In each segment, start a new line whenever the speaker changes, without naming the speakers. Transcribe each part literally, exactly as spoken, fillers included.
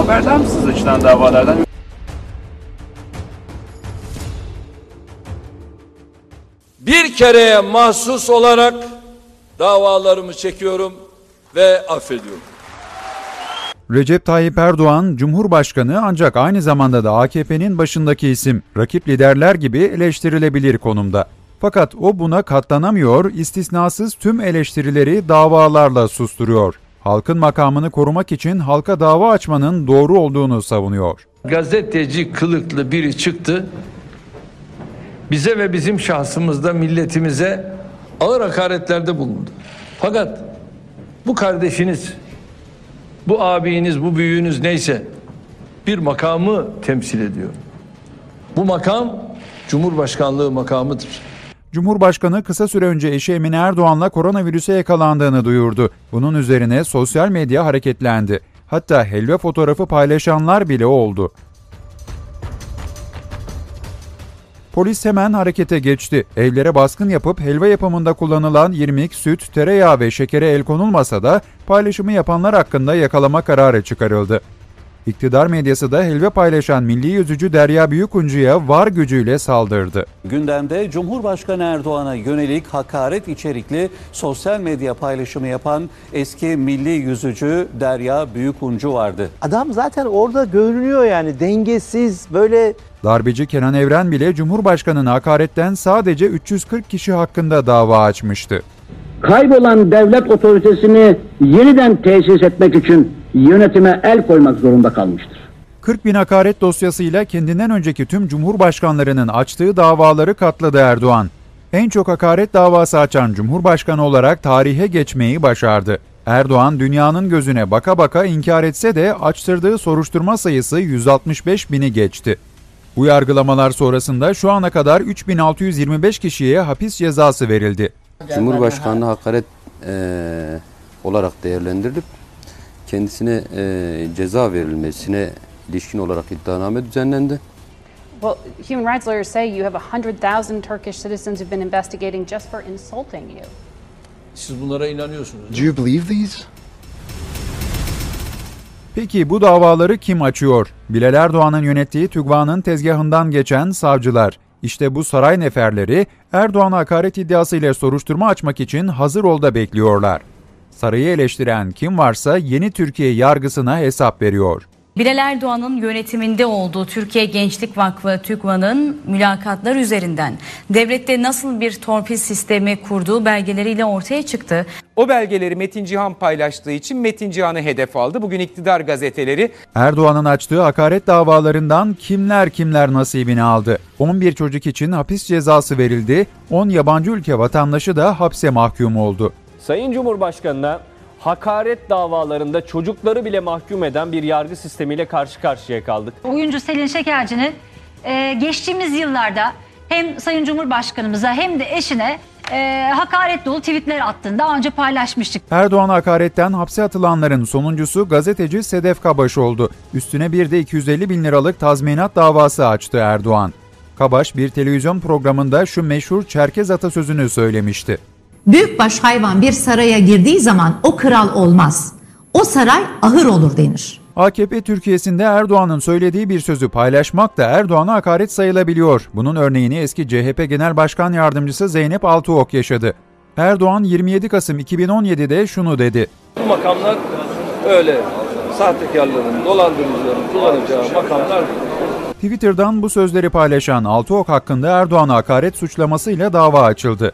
Haberdar mısınız açılan davalardan?
Bir kereye mahsus olarak davalarımı çekiyorum ve affediyorum.
Recep Tayyip Erdoğan, Cumhurbaşkanı ancak aynı zamanda da A K P'nin başındaki isim, rakip liderler gibi eleştirilebilir konumda. Fakat o buna katlanamıyor, istisnasız tüm eleştirileri davalarla susturuyor. Halkın makamını korumak için halka dava açmanın doğru olduğunu savunuyor.
Gazeteci kılıklı biri çıktı, bize ve bizim şahsımızda milletimize ağır hakaretlerde bulundu. Fakat bu kardeşiniz, bu abiniz, bu büyüğünüz neyse bir makamı temsil ediyor. Bu makam Cumhurbaşkanlığı makamıdır.
Cumhurbaşkanı kısa süre önce eşi Emine Erdoğan'la koronavirüse yakalandığını duyurdu. Bunun üzerine sosyal medya hareketlendi. Hatta helva fotoğrafı paylaşanlar bile oldu. Polis hemen harekete geçti. Evlere baskın yapıp helva yapımında kullanılan irmik, süt, tereyağı ve şekere el konulmasa da paylaşımı yapanlar hakkında yakalama kararı çıkarıldı. İktidar medyası da helva paylaşan milli yüzücü Derya Büyükuncu'ya var gücüyle saldırdı.
Gündemde Cumhurbaşkanı Erdoğan'a yönelik hakaret içerikli sosyal medya paylaşımı yapan eski milli yüzücü Derya Büyükuncu vardı.
Adam zaten orada görünüyor, yani dengesiz böyle.
Darbeci Kenan Evren bile Cumhurbaşkanı'na hakaretten sadece üç yüz kırk kişi hakkında dava açmıştı.
Kaybolan devlet otoritesini yeniden tesis etmek için yönetime el koymak zorunda kalmıştır.
kırk bin hakaret dosyasıyla kendinden önceki tüm cumhurbaşkanlarının açtığı davaları katladı Erdoğan. En çok hakaret davası açan cumhurbaşkanı olarak tarihe geçmeyi başardı. Erdoğan dünyanın gözüne baka baka inkar etse de açtırdığı soruşturma sayısı yüz altmış beş bini geçti. Bu yargılamalar sonrasında şu ana kadar üç bin altı yüz yirmi beş kişiye hapis cezası verildi.
Cumhurbaşkanlığı hakaret e, olarak değerlendirilip kendisine e, ceza verilmesine ilişkin olarak iddianame düzenlendi.
Well, human rights lawyers say you have one hundred thousand Turkish citizens who've been investigating just for insulting you.
Siz bunlara inanıyorsunuz.
Do you believe these?
Peki bu davaları kim açıyor? Bilal Erdoğan'ın yönettiği TÜGVA'nın tezgahından geçen savcılar. İşte bu saray neferleri Erdoğan'a hakaret iddiasıyla soruşturma açmak için hazır olda bekliyorlar. Sarayı eleştiren kim varsa yeni Türkiye yargısına hesap veriyor.
Bilal Erdoğan'ın yönetiminde olduğu Türkiye Gençlik Vakfı TÜGVA'nın mülakatlar üzerinden devlette nasıl bir torpil sistemi kurduğu belgeleriyle ortaya çıktı.
O belgeleri Metin Cihan paylaştığı için Metin Cihan'ı hedef aldı. Bugün iktidar gazeteleri
Erdoğan'ın açtığı hakaret davalarından kimler kimler nasibini aldı. on bir çocuk için hapis cezası verildi, on yabancı ülke vatandaşı da hapse mahkum oldu.
Sayın Cumhurbaşkanı'na hakaret davalarında çocukları bile mahkum eden bir yargı sistemiyle karşı karşıya kaldık.
Oyuncu Selin Şekerci'nin e, geçtiğimiz yıllarda hem Sayın Cumhurbaşkanımıza hem de eşine e, hakaret dolu tweetler attığını daha önce paylaşmıştık.
Erdoğan hakaretten hapse atılanların sonuncusu gazeteci Sedef Kabaş oldu. Üstüne bir de iki yüz elli bin liralık tazminat davası açtı Erdoğan. Kabaş bir televizyon programında şu meşhur Çerkez atasözünü söylemişti.
Büyükbaş hayvan bir saraya girdiği zaman o kral olmaz. O saray ahır olur denir.
A K P Türkiye'sinde Erdoğan'ın söylediği bir sözü paylaşmak da Erdoğan'a hakaret sayılabiliyor. Bunun örneğini eski C H P Genel Başkan Yardımcısı Zeynep Altıok yaşadı. Erdoğan yirmi yedi Kasım iki bin on yedi'de şunu dedi.
Bu makamlar öyle sahtekarların, dolandırıcıların kullanacağı makamlar.
Twitter'dan bu sözleri paylaşan Altıok hakkında Erdoğan'a hakaret suçlamasıyla dava açıldı.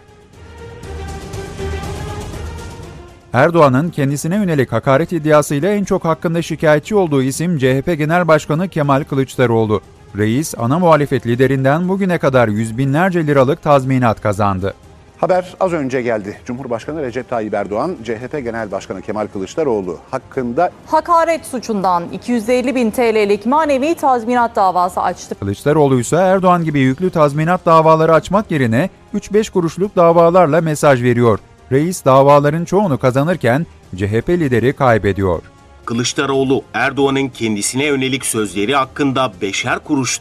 Erdoğan'ın kendisine yönelik hakaret iddiasıyla en çok hakkında şikayetçi olduğu isim C H P Genel Başkanı Kemal Kılıçdaroğlu. Reis, ana muhalefet liderinden bugüne kadar yüz binlerce liralık tazminat kazandı.
Haber az önce geldi. Cumhurbaşkanı Recep Tayyip Erdoğan, C H P Genel Başkanı Kemal Kılıçdaroğlu hakkında
hakaret suçundan iki yüz elli bin T L'lik manevi tazminat davası açtı.
Kılıçdaroğlu ise Erdoğan gibi yüklü tazminat davaları açmak yerine üç beş kuruşluk davalarla mesaj veriyor. Reis davaların çoğunu kazanırken C H P lideri kaybediyor.
Kılıçdaroğlu, Erdoğan'ın kendisine yönelik sözleri hakkında beşer kuruşluk,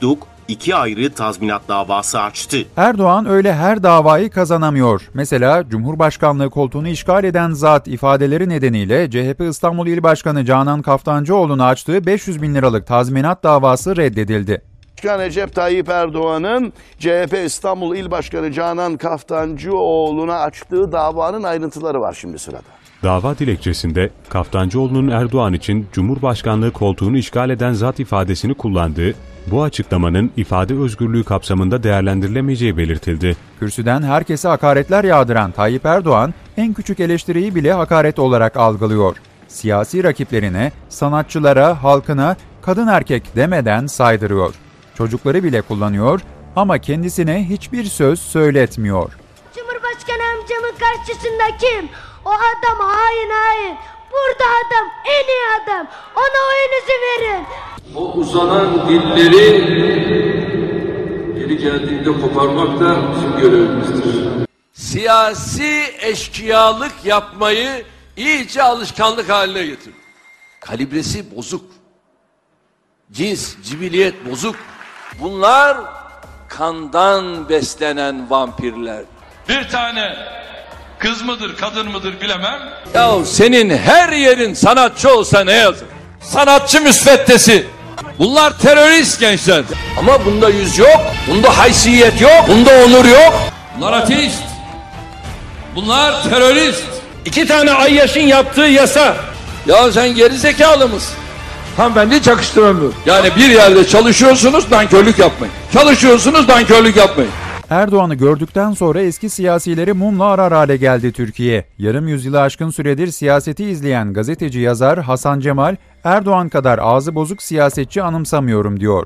iki ayrı tazminat davası açtı.
Erdoğan öyle her davayı kazanamıyor. Mesela Cumhurbaşkanlığı koltuğunu işgal eden zat ifadeleri nedeniyle C H P İstanbul İl Başkanı Canan Kaftancıoğlu'na açtığı beş yüz bin liralık tazminat davası reddedildi.
Başkan Recep Tayyip Erdoğan'ın C H P İstanbul İl Başkanı Canan Kaftancıoğlu'na açtığı davanın ayrıntıları var şimdi sırada.
Dava dilekçesinde Kaftancıoğlu'nun Erdoğan için Cumhurbaşkanlığı koltuğunu işgal eden zat ifadesini kullandığı, bu açıklamanın ifade özgürlüğü kapsamında değerlendirilemeyeceği belirtildi.
Kürsüden herkese hakaretler yağdıran Tayyip Erdoğan, en küçük eleştiriyi bile hakaret olarak algılıyor. Siyasi rakiplerine, sanatçılara, halkına kadın erkek demeden saydırıyor. Çocukları bile kullanıyor ama kendisine hiçbir söz söyletmiyor.
Cumhurbaşkanı amcamın karşısında kim? O adam hain hain. Burada adam en iyi adam. Ona oyunuzu verin.
O uzanan dilleri geri geldiğinde koparmak da bizim görevimizdir. Siyasi eşkıyalık yapmayı iyice alışkanlık haline getirdi. Kalibresi bozuk. Cins, cibiliyet bozuk. Bunlar kandan beslenen vampirler. Bir tane kız mıdır, kadın mıdır bilemem. Ya senin her yerin sanatçı olsa ne yazık? Sanatçı müsveddesi. Bunlar terörist gençler. Ama bunda yüz yok, bunda haysiyet yok, bunda onur yok. Bunlar ateist. Bunlar terörist. İki tane Ayyaş'ın yaptığı yasa. Ya sen geri zekalı mısın? Hanımefendi çakıştıramıyor. Yani bir yerde çalışıyorsunuz, nankörlük yapmayın. Çalışıyorsunuz, nankörlük yapmayın.
Erdoğan'ı gördükten sonra eski siyasileri mumla arar hale geldi Türkiye. Yarım yüzyılı aşkın süredir siyaseti izleyen gazeteci yazar Hasan Cemal, Erdoğan kadar ağzı bozuk siyasetçi anımsamıyorum diyor.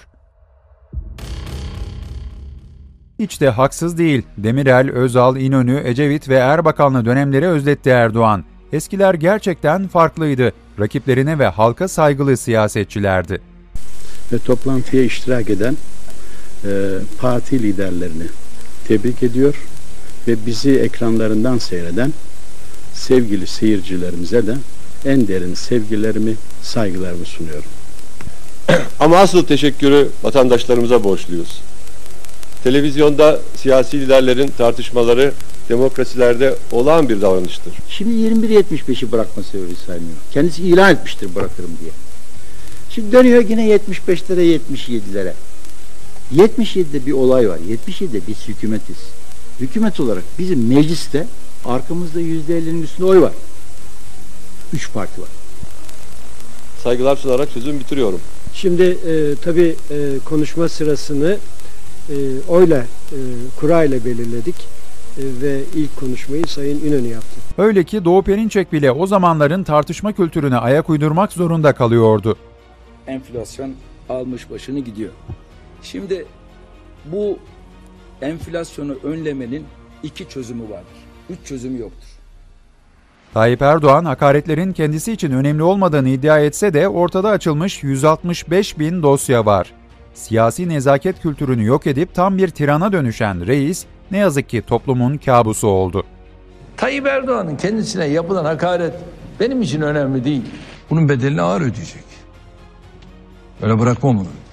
Hiç de haksız değil. Demirel, Özal, İnönü, Ecevit ve Erbakanlı dönemleri özletti Erdoğan. Eskiler gerçekten farklıydı. Rakiplerine ve halka saygılı siyasetçilerdi.
Ve toplantıya iştirak eden e, parti liderlerini tebrik ediyor ve bizi ekranlarından seyreden sevgili seyircilerimize de en derin sevgilerimi, saygılarımı sunuyorum.
Ama asıl teşekkürü vatandaşlarımıza borçluyuz. Televizyonda siyasi liderlerin tartışmaları demokrasilerde olağan bir davranıştır.
Şimdi yirmi bir yetmiş beşi bırakma sebebi saymıyor. Kendisi ilan etmiştir bırakırım diye. Şimdi dönüyor yine yetmiş beşlere, yetmiş yedilere. yetmiş yedide bir olay var. yetmiş yedide biz hükümetiz. Hükümet olarak bizim mecliste arkamızda yüzde ellinin üstünde oy var. Üç parti var.
Saygılar sunarak sözümü bitiriyorum.
Şimdi e, tabii e, konuşma sırasını e, oyla, e, kurayla belirledik e, ve ilk konuşmayı Sayın İnönü yaptı.
Öyle ki Doğu Perinçek bile o zamanların tartışma kültürüne ayak uydurmak zorunda kalıyordu.
Enflasyon almış başını gidiyor. Şimdi bu enflasyonu önlemenin iki çözümü vardır. Üç çözümü yoktur.
Tayyip Erdoğan hakaretlerin kendisi için önemli olmadığını iddia etse de ortada açılmış yüz altmış beş bin dosya var. Siyasi nezaket kültürünü yok edip tam bir tirana dönüşen reis ne yazık ki toplumun kabusu oldu.
Tayyip Erdoğan'ın kendisine yapılan hakaret benim için önemli değil. Bunun bedelini ağır ödeyecek. Öyle bırakmam onu.